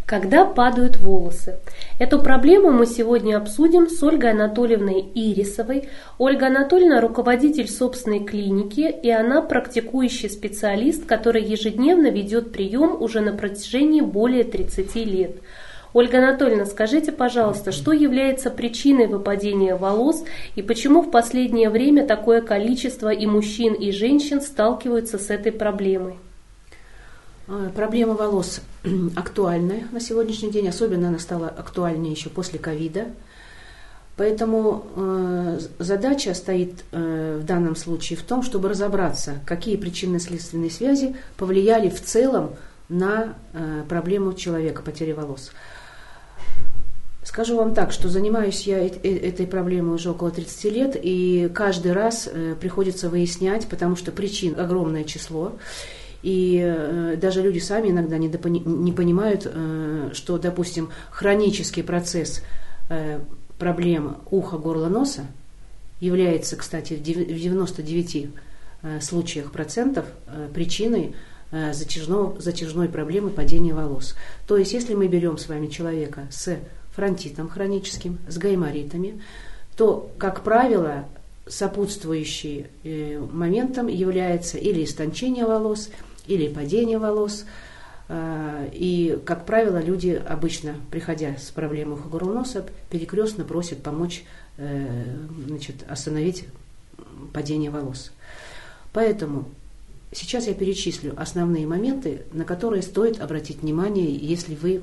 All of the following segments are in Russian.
Когда падают волосы? Эту проблему мы сегодня обсудим с Ольгой Анатольевной Ирисовой. Ольга Анатольевна – руководитель собственной клиники, и она практикующий специалист, который ежедневно ведет прием уже на протяжении более 30 лет. Ольга Анатольевна, скажите, пожалуйста, что является причиной выпадения волос и почему в последнее время такое количество и мужчин, и женщин сталкиваются с этой проблемой? Проблема волос актуальная на сегодняшний день, особенно она стала актуальнее еще после ковида. Поэтому задача стоит в данном случае в том, чтобы разобраться, какие причинно-следственные связи повлияли в целом на проблему человека, потери волос. Скажу вам так, что занимаюсь я этой проблемой уже около 30 лет, и каждый раз приходится выяснять, потому что причин огромное число. И даже люди сами иногда не понимают, что, допустим, хронический процесс проблем уха, горла, носа является, кстати, в 99 случаях процентов причиной затяжной проблемы падения волос. То есть, если мы берем с вами человека с фронтитом хроническим, с гайморитами, то, как правило, сопутствующим моментом является или истончение волос, или падение волос. И, как правило, люди обычно, приходя с проблемой уха, горла, носа, перекрестно просят помочь остановить падение волос. Поэтому сейчас я перечислю основные моменты, на которые стоит обратить внимание, если вы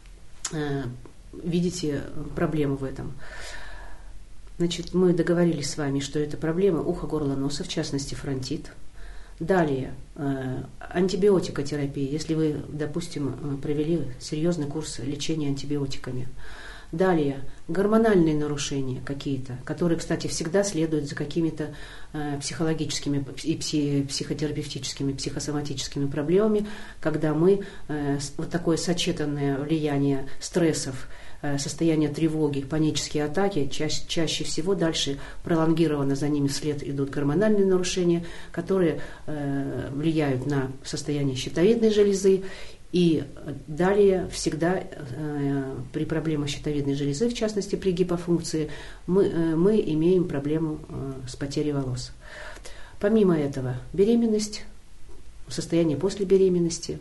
видите проблему в этом. Значит, мы договорились с вами, что это проблема уха, горла, носа, в частности фронтит. Далее, антибиотикотерапия, если вы, допустим, провели серьезный курс лечения антибиотиками. Далее, гормональные нарушения какие-то, которые, кстати, всегда следуют за какими-то психологическими и психотерапевтическими, психосоматическими проблемами, когда мы вот такое сочетанное влияние стрессов, состояние тревоги, панические атаки, чаще всего дальше пролонгированно за ними вслед идут гормональные нарушения, которые влияют на состояние щитовидной железы. И далее всегда при проблемах щитовидной железы, в частности при гипофункции, мы имеем проблему с потерей волос. Помимо этого, беременность, состояние после беременности.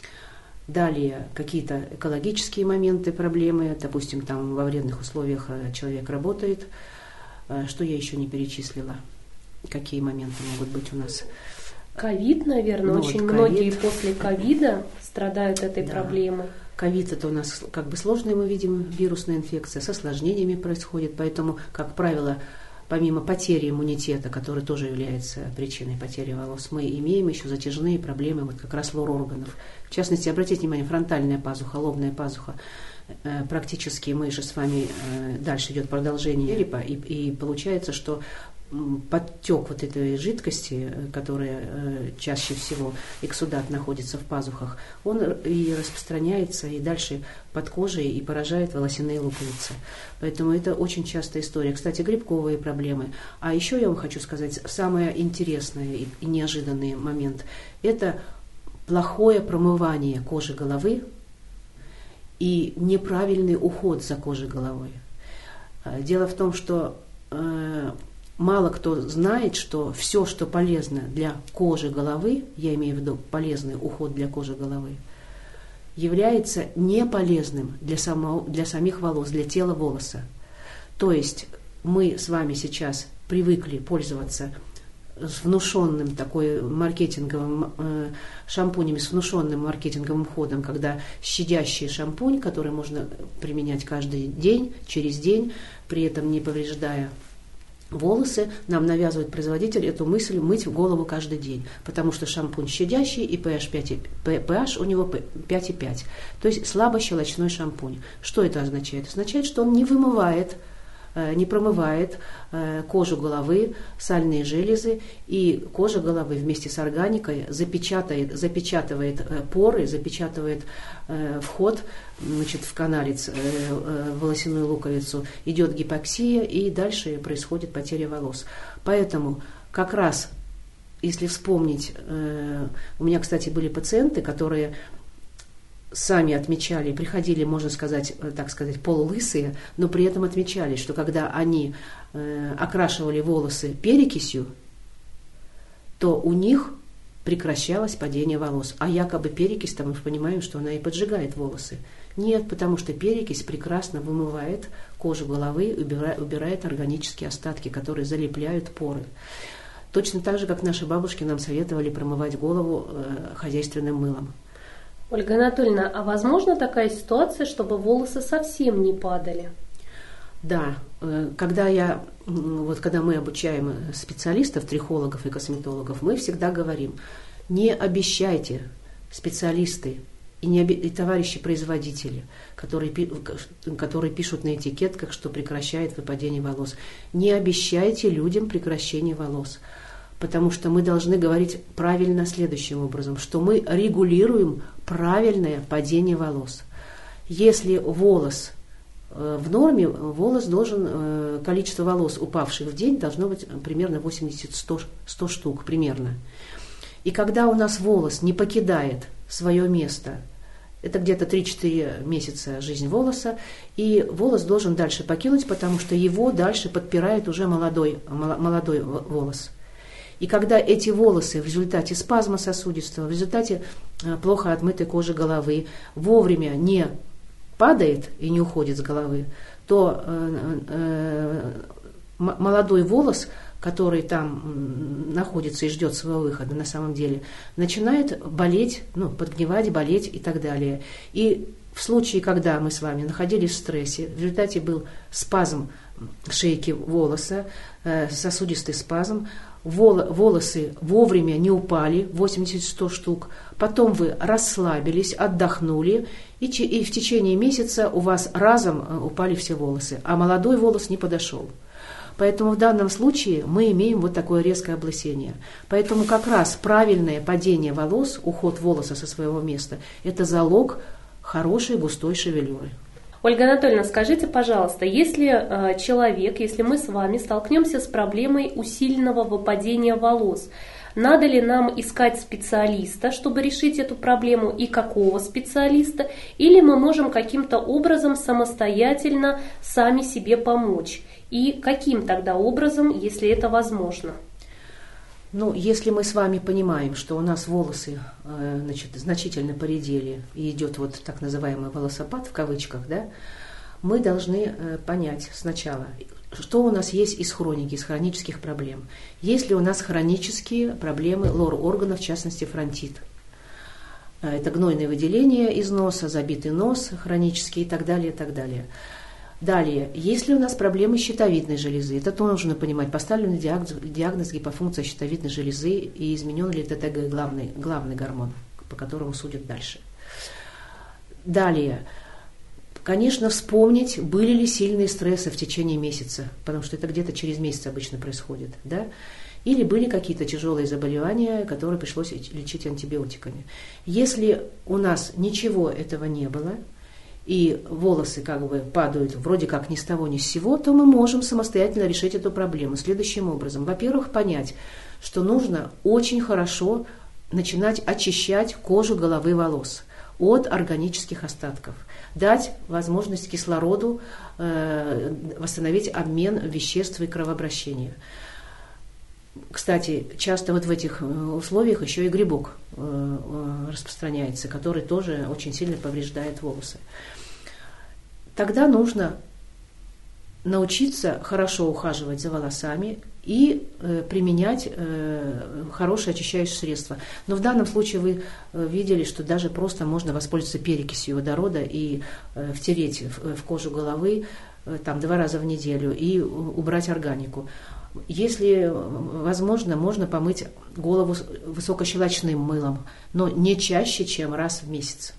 Далее какие-то экологические моменты, проблемы, допустим, там во вредных условиях человек работает. Что я еще не перечислила? Какие моменты могут быть у нас? Ковид, наверное, очень многие после ковида страдают этой проблемой. Ковид — это у нас как бы сложная, мы видим, вирусная инфекция, с осложнениями происходит, поэтому, как правило, помимо потери иммунитета, который тоже является причиной потери волос, мы имеем еще затяжные проблемы вот как раз лор-органов. В частности, обратите внимание, фронтальная пазуха, лобная пазуха. Практически мы же с вами, дальше идет продолжение черепа, и получается, что подтек вот этой жидкости, которая чаще всего эксудат находится в пазухах, он и распространяется и дальше под кожей и поражает волосяные луковицы. Поэтому это очень частая история. Кстати, грибковые проблемы. А еще я вам хочу сказать, самое интересное и неожиданный момент – это плохое промывание кожи головы и неправильный уход за кожей головой. Дело в том, что мало кто знает, что все, что полезно для кожи головы, я имею в виду полезный уход для кожи головы, является неполезным для самих волос, для тела волоса. То есть мы с вами сейчас привыкли пользоваться с внушенным такой маркетинговым шампунями, с внушенным маркетинговым ходом, когда щадящий шампунь, который можно применять каждый день, через день, при этом не повреждая волосы, нам навязывает производитель эту мысль мыть голову каждый день, потому что шампунь щадящий и pH у него 5,5, то есть слабощелочной шампунь. Что это означает? Означает, что он не вымывает, не промывает кожу головы, сальные железы, и кожа головы вместе с органикой запечатывает поры, запечатывает вход, значит, в каналец, в волосяную луковицу, идет гипоксия, и дальше происходит потеря волос. Поэтому как раз, если вспомнить, у меня, кстати, были пациенты, которые сами отмечали, приходили, можно сказать, так сказать, полулысые, но при этом отмечали, что когда они окрашивали волосы перекисью, то у них прекращалось падение волос. А якобы перекись, там мы понимаем, что она и поджигает волосы. Нет, потому что перекись прекрасно вымывает кожу головы, убирает органические остатки, которые залепляют поры. Точно так же, как наши бабушки нам советовали промывать голову хозяйственным мылом. Ольга Анатольевна, а возможно такая ситуация, чтобы волосы совсем не падали? Да, когда мы обучаем специалистов, трихологов и косметологов, мы всегда говорим: не обещайте, специалисты и товарищи производители, которые пишут на этикетках, что прекращает выпадение волос, не обещайте людям прекращение волос, потому что мы должны говорить правильно следующим образом, что мы регулируем правильное падение волос. Если волос в норме, количество волос, упавших в день, должно быть примерно 80-100 штук примерно. И когда у нас волос не покидает свое место, это где-то 3-4 месяца жизнь волоса, и волос должен дальше покинуть, потому что его дальше подпирает уже молодой волос. И когда эти волосы в результате спазма сосудистого, в результате плохо отмытой кожи головы вовремя не падает и не уходит с головы, то молодой волос, который там находится и ждет своего выхода на самом деле, начинает болеть, подгнивать, болеть и так далее. И в случае, когда мы с вами находились в стрессе, в результате был спазм шейки волоса, сосудистый спазм, волосы вовремя не упали, 80-100 штук, потом вы расслабились, отдохнули, и в течение месяца у вас разом упали все волосы, а молодой волос не подошел. Поэтому в данном случае мы имеем вот такое резкое облысение. Поэтому как раз правильное падение волос, уход волоса со своего места, это залог хорошей густой шевелюры. Ольга Анатольевна, скажите, пожалуйста, если мы с вами столкнемся с проблемой усиленного выпадения волос, надо ли нам искать специалиста, чтобы решить эту проблему, и какого специалиста, или мы можем каким-то образом самостоятельно сами себе помочь? И каким тогда образом, если это возможно? Если мы с вами понимаем, что у нас волосы значительно поредели, и идет вот так называемый волосопад в кавычках, да, мы должны понять сначала, что у нас есть из хроники, из хронических проблем. Есть ли у нас хронические проблемы лор-органов, в частности фронтит. Это гнойные выделения из носа, забитый нос хронический и так далее, и так далее. Далее, есть ли у нас проблемы щитовидной железы? Это тоже нужно понимать. Поставлен диагноз гипофункция щитовидной железы и изменен ли ТТГ, главный гормон, по которому судят дальше. Далее, конечно, вспомнить, были ли сильные стрессы в течение месяца, потому что это где-то через месяц обычно происходит, да? Или были какие-то тяжелые заболевания, которые пришлось лечить антибиотиками. Если у нас ничего этого не было, и волосы падают вроде как ни с того ни с сего, то мы можем самостоятельно решить эту проблему следующим образом. Во-первых, понять, что нужно очень хорошо начинать очищать кожу головы волос от органических остатков, дать возможность кислороду восстановить обмен веществ и кровообращения. Кстати, часто вот в этих условиях еще и грибок распространяется, который тоже очень сильно повреждает волосы. Тогда нужно научиться хорошо ухаживать за волосами и применять хорошие очищающие средства. Но в данном случае вы видели, что даже просто можно воспользоваться перекисью водорода и втереть в кожу головы 2 раза в неделю и убрать органику. Если возможно, можно помыть голову высокощелочным мылом, но не чаще, чем раз в месяц.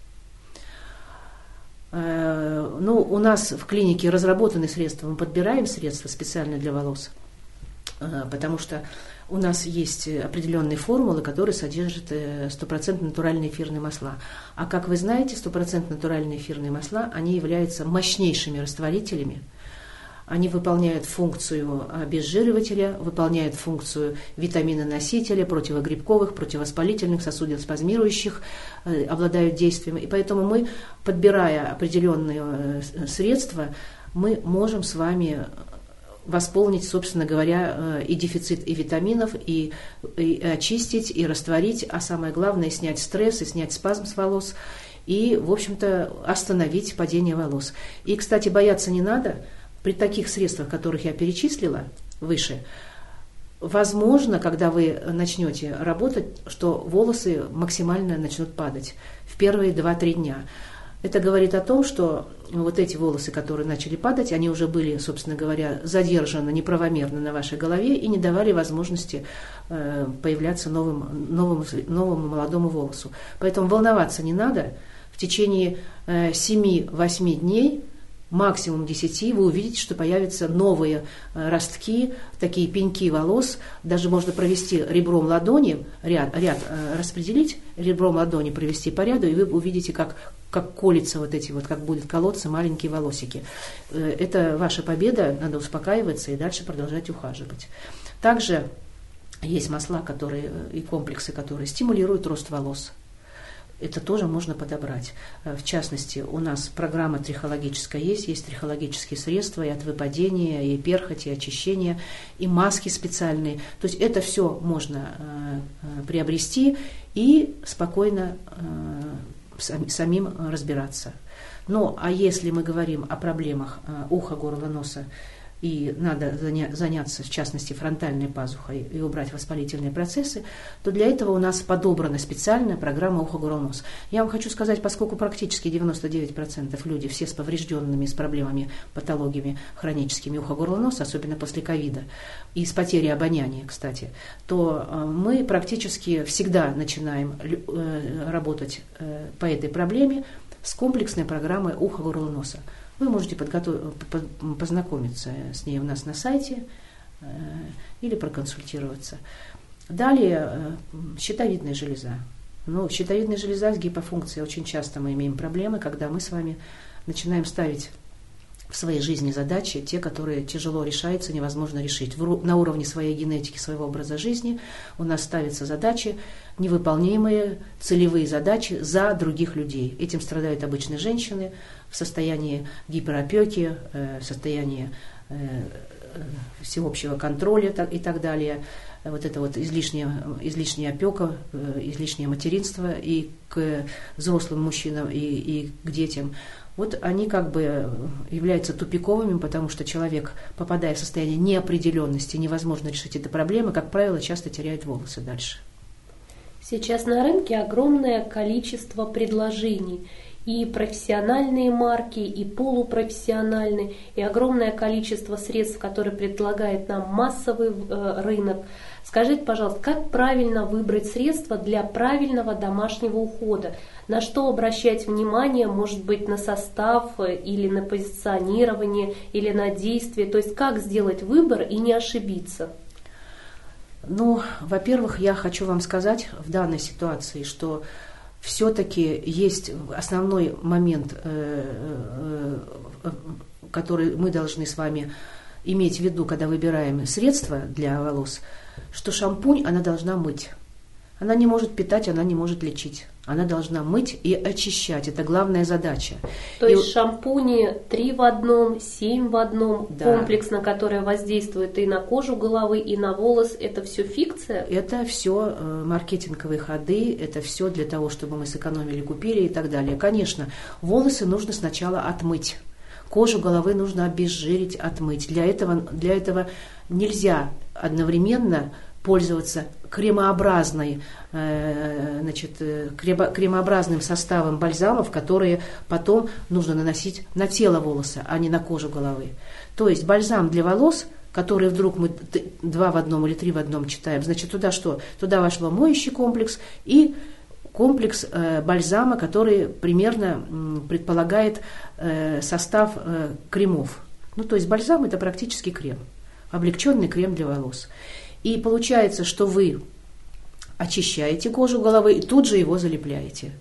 У нас в клинике разработаны средства, мы подбираем средства специально для волос, потому что у нас есть определенные формулы, которые содержат 100% натуральные эфирные масла. А как вы знаете, 100% натуральные эфирные масла, они являются мощнейшими растворителями, Они выполняют функцию обезжиривателя, выполняют функцию витаминоносителя, противогрибковых, противовоспалительных, сосудоспазмирующих, обладают действием. И поэтому мы, подбирая определенные средства, мы можем с вами восполнить, собственно говоря, и дефицит и витаминов, и очистить, и растворить, а самое главное, снять стресс, и снять спазм с волос, и, в общем-то, остановить падение волос. И, кстати, бояться не надо. При таких средствах, которых я перечислила выше, возможно, когда вы начнете работать, что волосы максимально начнут падать в первые 2-3 дня. Это говорит о том, что вот эти волосы, которые начали падать, они уже были, собственно говоря, задержаны неправомерно на вашей голове и не давали возможности появляться новому молодому волосу. Поэтому волноваться не надо. В течение 7-8 дней, максимум 10, вы увидите, что появятся новые ростки, такие пеньки волос. Даже можно провести ребром ладони, ряд распределить, ребром ладони провести по ряду, и вы увидите, как колются вот эти вот, как будут колоться маленькие волосики. Это ваша победа, надо успокаиваться и дальше продолжать ухаживать. Также есть масла, и комплексы, которые стимулируют рост волос. Это тоже можно подобрать. В частности, у нас программа трихологическая есть трихологические средства и от выпадения, и перхоти, и очищения, и маски специальные. То есть это все можно приобрести и спокойно самим разбираться. Ну, а если мы говорим о проблемах уха, горла, носа, и надо заняться, в частности, фронтальной пазухой и убрать воспалительные процессы, то для этого у нас подобрана специальная программа ухо, горло, нос. Я вам хочу сказать, поскольку практически 99% люди, все с поврежденными, с проблемами, патологиями хроническими уха, горла, нос, особенно после ковида, и с потерей обоняния, кстати, то мы практически всегда начинаем работать по этой проблеме с комплексной программой уха, горла, носа. Вы можете познакомиться с ней у нас на сайте или проконсультироваться. Далее щитовидная железа. Ну, щитовидная железа с гипофункцией очень часто мы имеем проблемы, когда мы с вами начинаем ставить в своей жизни задачи, те, которые тяжело решаются, невозможно решить. На уровне своей генетики, своего образа жизни у нас ставятся задачи, невыполнимые целевые задачи за других людей. Этим страдают обычно женщины в состоянии гиперопеки, в состоянии всеобщего контроля и так далее. Вот это вот излишняя опека, излишнее материнство и к взрослым мужчинам, и к детям. Вот они как бы являются тупиковыми, потому что человек, попадая в состояние неопределенности, невозможно решить эту проблему, как правило, часто теряет волосы дальше. Сейчас на рынке огромное количество предложений. И профессиональные марки, и полупрофессиональные, и огромное количество средств, которые предлагает нам массовый рынок. Скажите, пожалуйста, как правильно выбрать средства для правильного домашнего ухода? На что обращать внимание, может быть, на состав, или на позиционирование, или на действие? То есть как сделать выбор и не ошибиться? Ну, во-первых, я хочу вам сказать в данной ситуации, что все-таки есть основной момент, который мы должны с вами иметь в виду, когда выбираем средства для волос, что шампунь она должна мыть. Она не может питать, она не может лечить. Она должна мыть и очищать. Это главная задача. То есть шампуни 3 в 1, 7 в 1, да, комплексно, который воздействует и на кожу головы, и на волос, это все фикция? Это все маркетинговые ходы, это все для того, чтобы мы сэкономили, купили и так далее. Конечно, волосы нужно сначала отмыть. Кожу головы нужно обезжирить, отмыть. Для этого нельзя одновременно пользоваться кремообразным составом бальзамов, которые потом нужно наносить на тело волоса, а не на кожу головы. То есть бальзам для волос, который вдруг мы 2 в 1 или 3 в 1 читаем, значит, туда что? Туда вошло моющий комплекс и комплекс бальзама, который примерно предполагает состав кремов. Ну, то есть бальзам – это практически крем, облегченный крем для волос. И получается, что вы очищаете кожу головы и тут же его залепляете.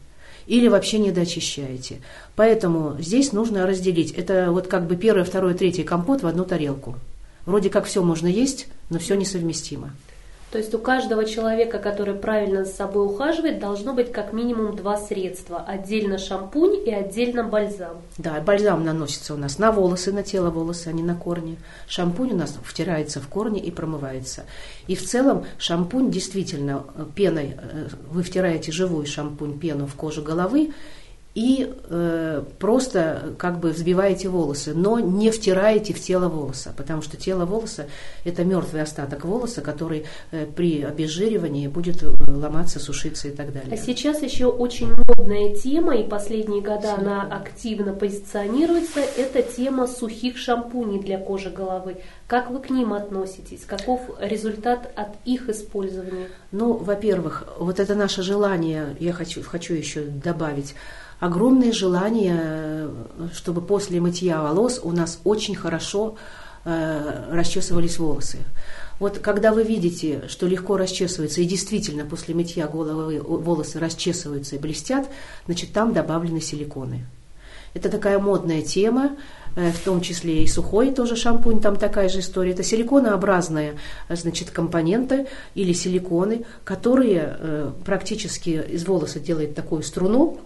или вообще не доочищаете. Поэтому здесь нужно разделить. Это вот как бы первое, второе, третье компот в одну тарелку. Вроде как все можно есть, но все несовместимо. То есть у каждого человека, который правильно за собой ухаживает, должно быть как минимум 2 средства. Отдельно шампунь и отдельно бальзам. Да, бальзам наносится у нас на волосы, на тело волосы, а не на корни. Шампунь у нас втирается в корни и промывается. И в целом шампунь действительно пеной, вы втираете живой шампунь, пену в кожу головы, и просто как бы взбиваете волосы, но не втираете в тело волоса, потому что тело волоса – это мертвый остаток волоса, который при обезжиривании будет ломаться, сушиться и так далее. А сейчас еще очень модная тема, и последние годы она активно позиционируется, это тема сухих шампуней для кожи головы. Как вы к ним относитесь? Каков результат от их использования? Ну, во-первых, вот это наше желание, я хочу еще добавить, огромное желание, чтобы после мытья волос у нас очень хорошо расчесывались волосы. Вот когда вы видите, что легко расчесывается, и действительно после мытья головы волосы расчесываются и блестят, значит, там добавлены силиконы. Это такая модная тема, в том числе и сухой тоже шампунь, там такая же история. Это силиконообразные, значит, компоненты или силиконы, которые практически из волоса делают такую струну,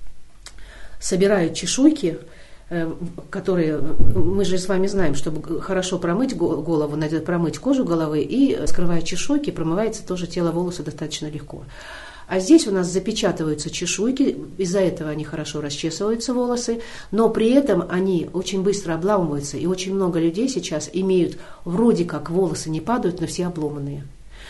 собирают чешуйки, которые, мы же с вами знаем, чтобы хорошо промыть голову, надо промыть кожу головы, и скрывая чешуйки, промывается тоже тело волоса достаточно легко. А здесь у нас запечатываются чешуйки, из-за этого они хорошо расчесываются волосы, но при этом они очень быстро обламываются, и очень много людей сейчас имеют, вроде как волосы не падают, но все обломанные.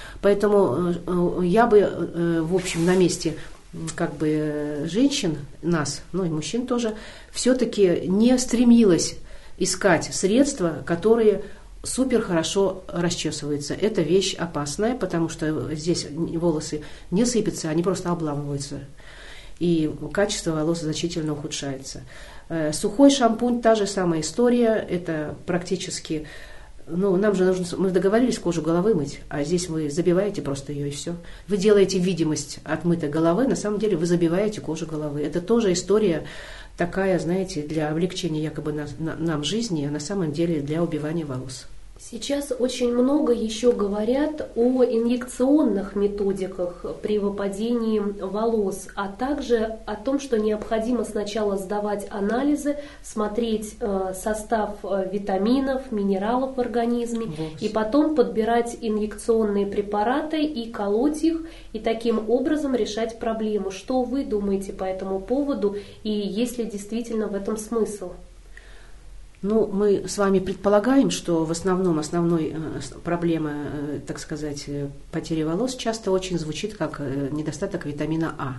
Поэтому я бы, в общем, на месте как бы женщин, нас, ну и мужчин тоже, все-таки не стремилась искать средства, которые супер хорошо расчесываются. Это вещь опасная, потому что здесь волосы не сыпятся, они просто обламываются. И качество волос значительно ухудшается. Сухой шампунь, та же самая история, это практически... Ну, нам же нужно, мы договорились кожу головы мыть, а здесь вы забиваете просто ее и все. Вы делаете видимость отмытой головы, на самом деле вы забиваете кожу головы. Это тоже история такая, знаете, для облегчения якобы нам жизни, а на самом деле для убивания волос. Сейчас очень много еще говорят о инъекционных методиках при выпадении волос, а также о том, что необходимо сначала сдавать анализы, смотреть состав витаминов, минералов в организме, и потом подбирать инъекционные препараты и колоть их, и таким образом решать проблему. Что вы думаете по этому поводу, и есть ли действительно в этом смысл? Ну, мы с вами предполагаем, что в основном основной проблема, так сказать, потери волос часто очень звучит как недостаток витамина А.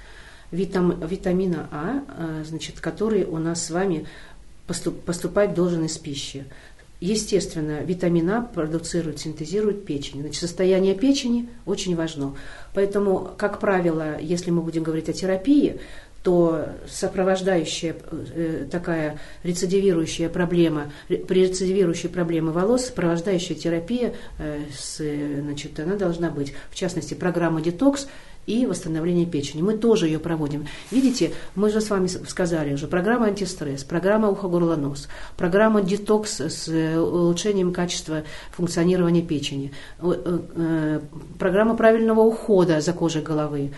Витамина А, значит, который у нас с вами поступать должен из пищи. Естественно, витамин А продуцирует, синтезирует печень. Значит, состояние печени очень важно. Поэтому, как правило, если мы будем говорить о терапии, то сопровождающая такая рецидивирующая проблема, при рецидивирующей проблеме волос, сопровождающая терапия, значит, она должна быть, в частности, программа детокс и восстановление печени. Мы тоже ее проводим. Видите, мы же с вами сказали уже, программа антистресс, программа ухо-горло-нос, программа детокс с улучшением качества функционирования печени, программа правильного ухода за кожей головы,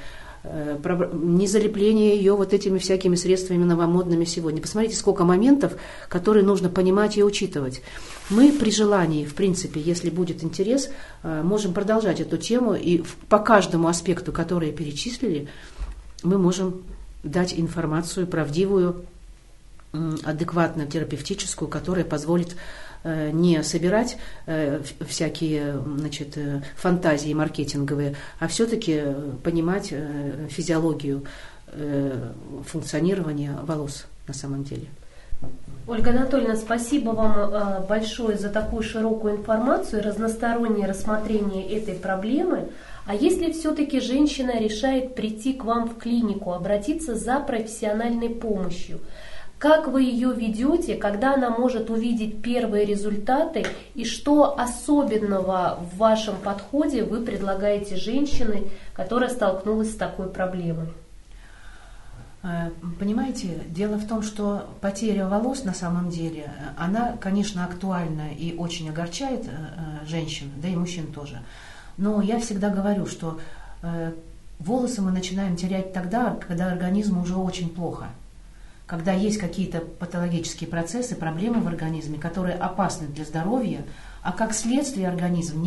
не залепление ее вот этими всякими средствами новомодными сегодня. Посмотрите, сколько моментов, которые нужно понимать и учитывать. Мы при желании, в принципе, если будет интерес, можем продолжать эту тему, и по каждому аспекту, который перечислили, мы можем дать информацию правдивую, адекватную, терапевтическую, которая позволит не собирать всякие, значит, фантазии маркетинговые, а все-таки понимать физиологию функционирования волос на самом деле. Ольга Анатольевна, спасибо вам большое за такую широкую информацию и разностороннее рассмотрение этой проблемы. А если все-таки женщина решает прийти к вам в клинику, обратиться за профессиональной помощью, как вы ее ведете, когда она может увидеть первые результаты, и что особенного в вашем подходе вы предлагаете женщине, которая столкнулась с такой проблемой? Понимаете, дело в том, что потеря волос на самом деле, она, конечно, актуальна и очень огорчает женщин, да и мужчин тоже. Но я всегда говорю, что волосы мы начинаем терять тогда, когда организму уже очень плохо. Когда есть какие-то патологические процессы, проблемы в организме, которые опасны для здоровья, а как следствие организм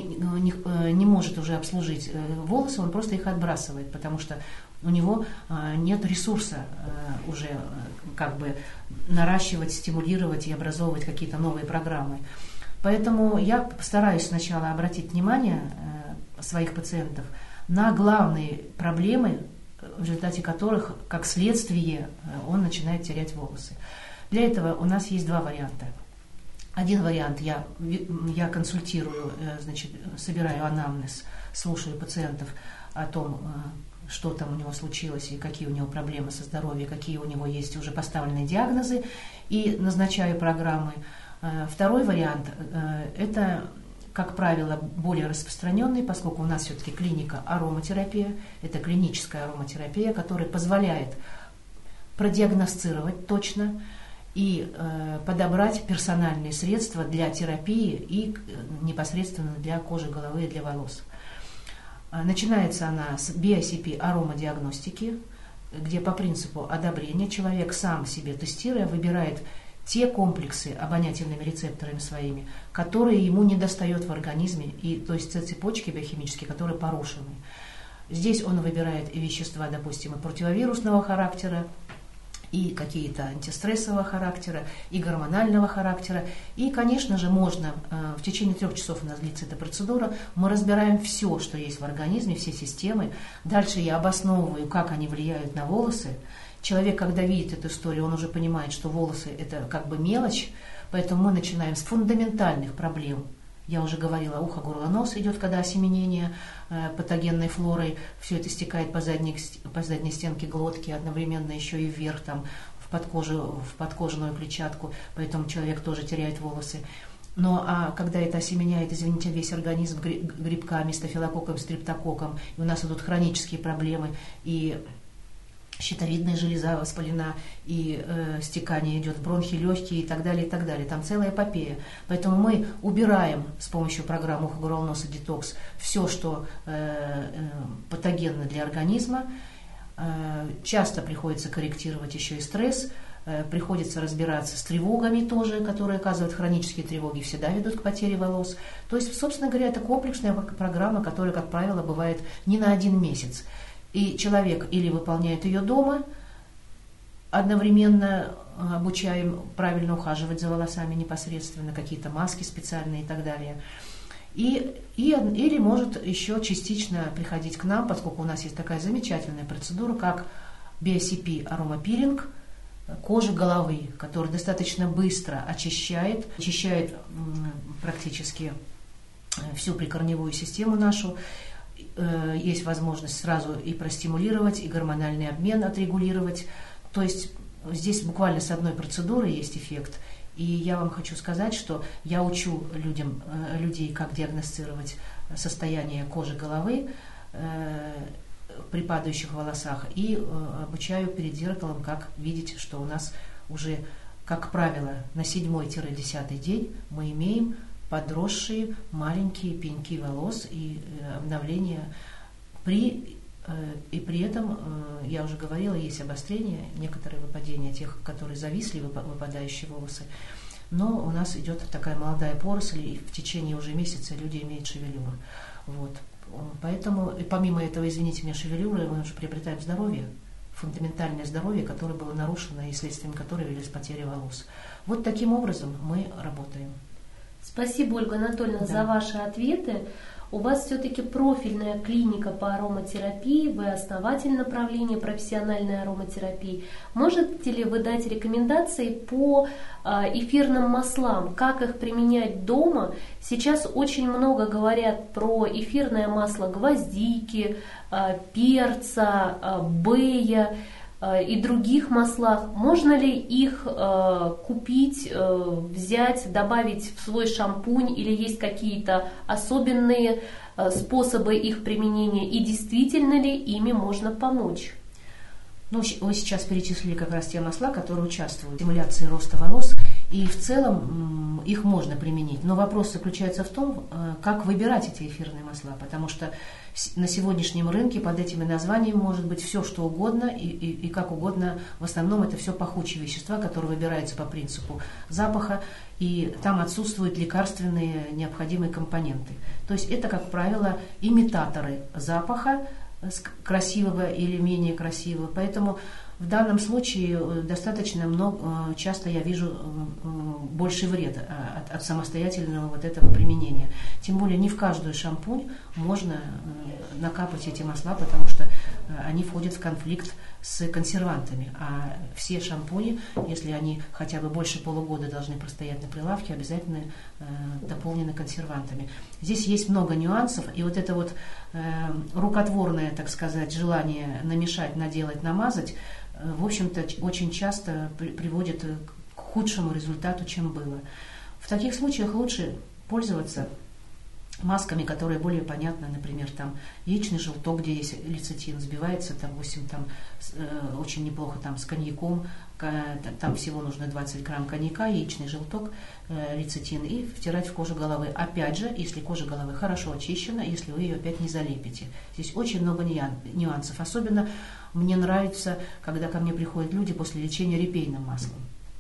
не может уже обслужить волосы, он просто их отбрасывает, потому что у него нет ресурса уже как бы наращивать, стимулировать и образовывать какие-то новые программы. Поэтому я стараюсь сначала обратить внимание своих пациентов на главные проблемы, в результате которых, как следствие, он начинает терять волосы. Для этого у нас есть два варианта. Один вариант, я консультирую, значит, собираю анамнез, слушаю пациентов о том, что там у него случилось и какие у него проблемы со здоровьем, какие у него есть уже поставленные диагнозы, и назначаю программы. Второй вариант – это, как правило, более распространенный, поскольку у нас все-таки клиника ароматерапия, это клиническая ароматерапия, которая позволяет продиагностировать точно и подобрать персональные средства для терапии и непосредственно для кожи головы и для волос. Начинается она с BICP аромадиагностики, где по принципу одобрения человек сам себе тестируя выбирает те комплексы обонятельными рецепторами своими, которые ему недостает в организме, и, то есть те цепочки биохимические, которые порушены. Здесь он выбирает и вещества, допустим, и противовирусного характера, и какие-то антистрессового характера, и гормонального характера. И, конечно же, можно, в течение 3 часов у нас длится эта процедура, мы разбираем все, что есть в организме, все системы. Дальше я обосновываю, как они влияют на волосы. Человек, когда видит эту историю, он уже понимает, что волосы – это как бы мелочь, поэтому мы начинаем с фундаментальных проблем. Я уже говорила, ухо, горло, нос идет, когда осеменение патогенной флорой, все это стекает по задней стенке глотки, одновременно еще и вверх, там, в подкожную клетчатку, поэтому человек тоже теряет волосы. А когда это осеменяет, извините, весь организм грибками, стафилококком, стрептококком, и у нас идут хронические проблемы, и щитовидная железа воспалена, и стекание идет в бронхи, легкие и так далее, и так далее. Там целая эпопея. Поэтому мы убираем с помощью программы ухо, горло, носа, детокс все, что патогенно для организма. Часто приходится корректировать еще и стресс, приходится разбираться с тревогами тоже, которые оказывают хронические тревоги, всегда ведут к потере волос. То есть, собственно говоря, это комплексная программа, которая, как правило, бывает не на 1 месяц. И человек или выполняет ее дома, одновременно обучаем правильно ухаживать за волосами непосредственно, какие-то маски специальные и так далее. Или может еще частично приходить к нам, поскольку у нас есть такая замечательная процедура, как BICP аромапилинг кожи головы, который достаточно быстро очищает практически всю прикорневую систему нашу. Есть возможность сразу и простимулировать, и гормональный обмен отрегулировать. То есть здесь буквально с одной процедуры есть эффект. И я вам хочу сказать, что я учу людей, как диагностировать состояние кожи головы при падающих волосах, и обучаю перед зеркалом, как видеть, что у нас уже, как правило, на 7-10 день мы имеем подросшие маленькие пеньки волос и обновление. При этом, я уже говорила, есть обострение, некоторые выпадения тех, которые зависли, выпадающие волосы. Но у нас идет такая молодая поросль, и в течение уже месяца люди имеют шевелюру. Вот. Поэтому, и помимо этого, извините меня, шевелюры, мы уже приобретаем здоровье, фундаментальное здоровье, которое было нарушено и следствием которого явилась потеря волос. Вот таким образом мы работаем. Спасибо, Ольга Анатольевна, за ваши ответы. У вас все-таки профильная клиника по ароматерапии, вы основатель направления профессиональной ароматерапии. Можете ли вы дать рекомендации по эфирным маслам, как их применять дома? Сейчас очень много говорят про эфирное масло гвоздики, перца, бэя и других маслах. Можно ли их купить, взять, добавить в свой шампунь, или есть какие-то особенные способы их применения, и действительно ли ими можно помочь? Ну, вы сейчас перечислили как раз те масла, которые участвуют в стимуляции роста волос, и в целом их можно применить. Но вопрос заключается в том, как выбирать эти эфирные масла, потому что на сегодняшнем рынке под этими названиями может быть все, что угодно и как угодно. В основном это все пахучие вещества, которые выбираются по принципу запаха, и там отсутствуют лекарственные необходимые компоненты. То есть это, как правило, имитаторы запаха, красивого или менее красивого. Поэтому в данном случае достаточно много, часто я вижу больший вред от самостоятельного вот этого применения. Тем более не в каждую шампунь можно накапать эти масла, потому что они входят в конфликт с консервантами. А все шампуни, если они хотя бы больше полугода должны простоять на прилавке, обязательно дополнены консервантами. Здесь есть много нюансов, и вот это вот рукотворное, так сказать, желание намешать, наделать, намазать, в общем-то, очень часто приводит к худшему результату, чем было. В таких случаях лучше пользоваться масками, которые более понятны, например, там яичный желток, где есть лецитин, взбивается, допустим, там очень неплохо там с коньяком, там всего нужно 20 грамм коньяка, яичный желток, лецитин, и втирать в кожу головы. Опять же, если кожа головы хорошо очищена, если вы ее опять не залепите. Здесь очень много нюансов. Особенно мне нравится, когда ко мне приходят люди после лечения репейным маслом.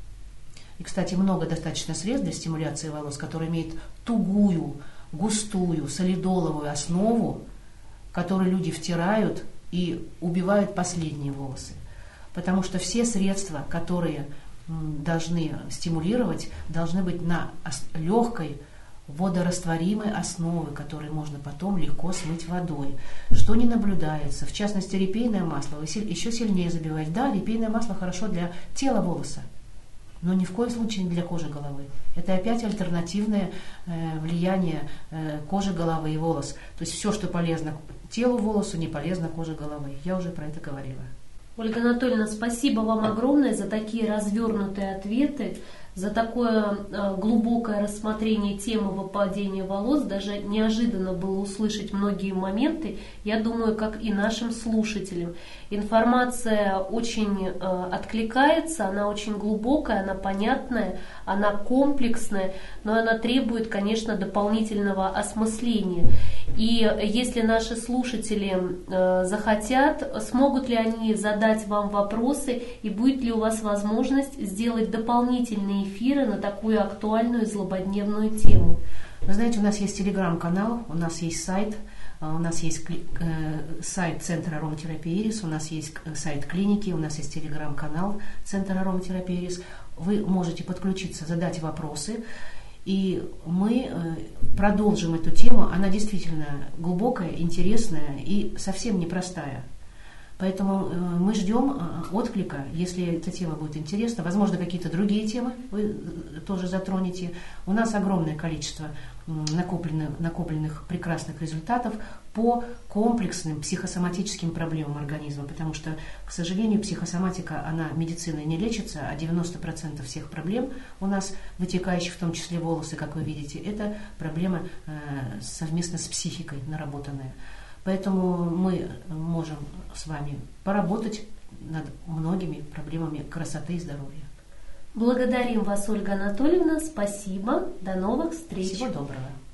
И, кстати, много достаточно средств для стимуляции волос, которые имеют тугую, густую, солидоловую основу, которую люди втирают и убивают последние волосы. Потому что все средства, которые должны стимулировать, должны быть на легкой, водорастворимой основе, которую можно потом легко смыть водой. Что не наблюдается. В частности, репейное масло вы еще сильнее забиваете. Да, репейное масло хорошо для тела волоса, но ни в коем случае не для кожи головы. Это опять альтернативное влияние кожи головы и волос. То есть все, что полезно телу волосу, не полезно коже головы. Я уже про это говорила. Ольга Анатольевна, спасибо вам огромное за такие развернутые ответы, за такое глубокое рассмотрение темы выпадения волос. Даже неожиданно было услышать многие моменты, я думаю, как и нашим слушателям. Информация очень откликается, она очень глубокая, она понятная, она комплексная, но она требует, конечно, дополнительного осмысления. И если наши слушатели захотят, смогут ли они задать вам вопросы, и будет ли у вас возможность сделать дополнительные эфиры на такую актуальную и злободневную тему? Вы знаете, у нас есть телеграм-канал, у нас есть сайт, у нас есть сайт Центра ароматерапии «Ирис», у нас есть сайт клиники, у нас есть телеграм-канал Центра ароматерапии «Ирис». Вы можете подключиться, задать вопросы, и мы продолжим эту тему. Она действительно глубокая, интересная и совсем непростая. Поэтому мы ждем отклика, если эта тема будет интересна. Возможно, какие-то другие темы вы тоже затронете. У нас огромное количество накопленных прекрасных результатов по комплексным психосоматическим проблемам организма, потому что, к сожалению, психосоматика, она медициной не лечится, а 90% всех проблем у нас, вытекающих в том числе волосы, как вы видите, это проблема совместно с психикой наработанная. Поэтому мы можем с вами поработать над многими проблемами красоты и здоровья. Благодарим вас, Ольга Анатольевна. Спасибо. До новых встреч. Всего доброго.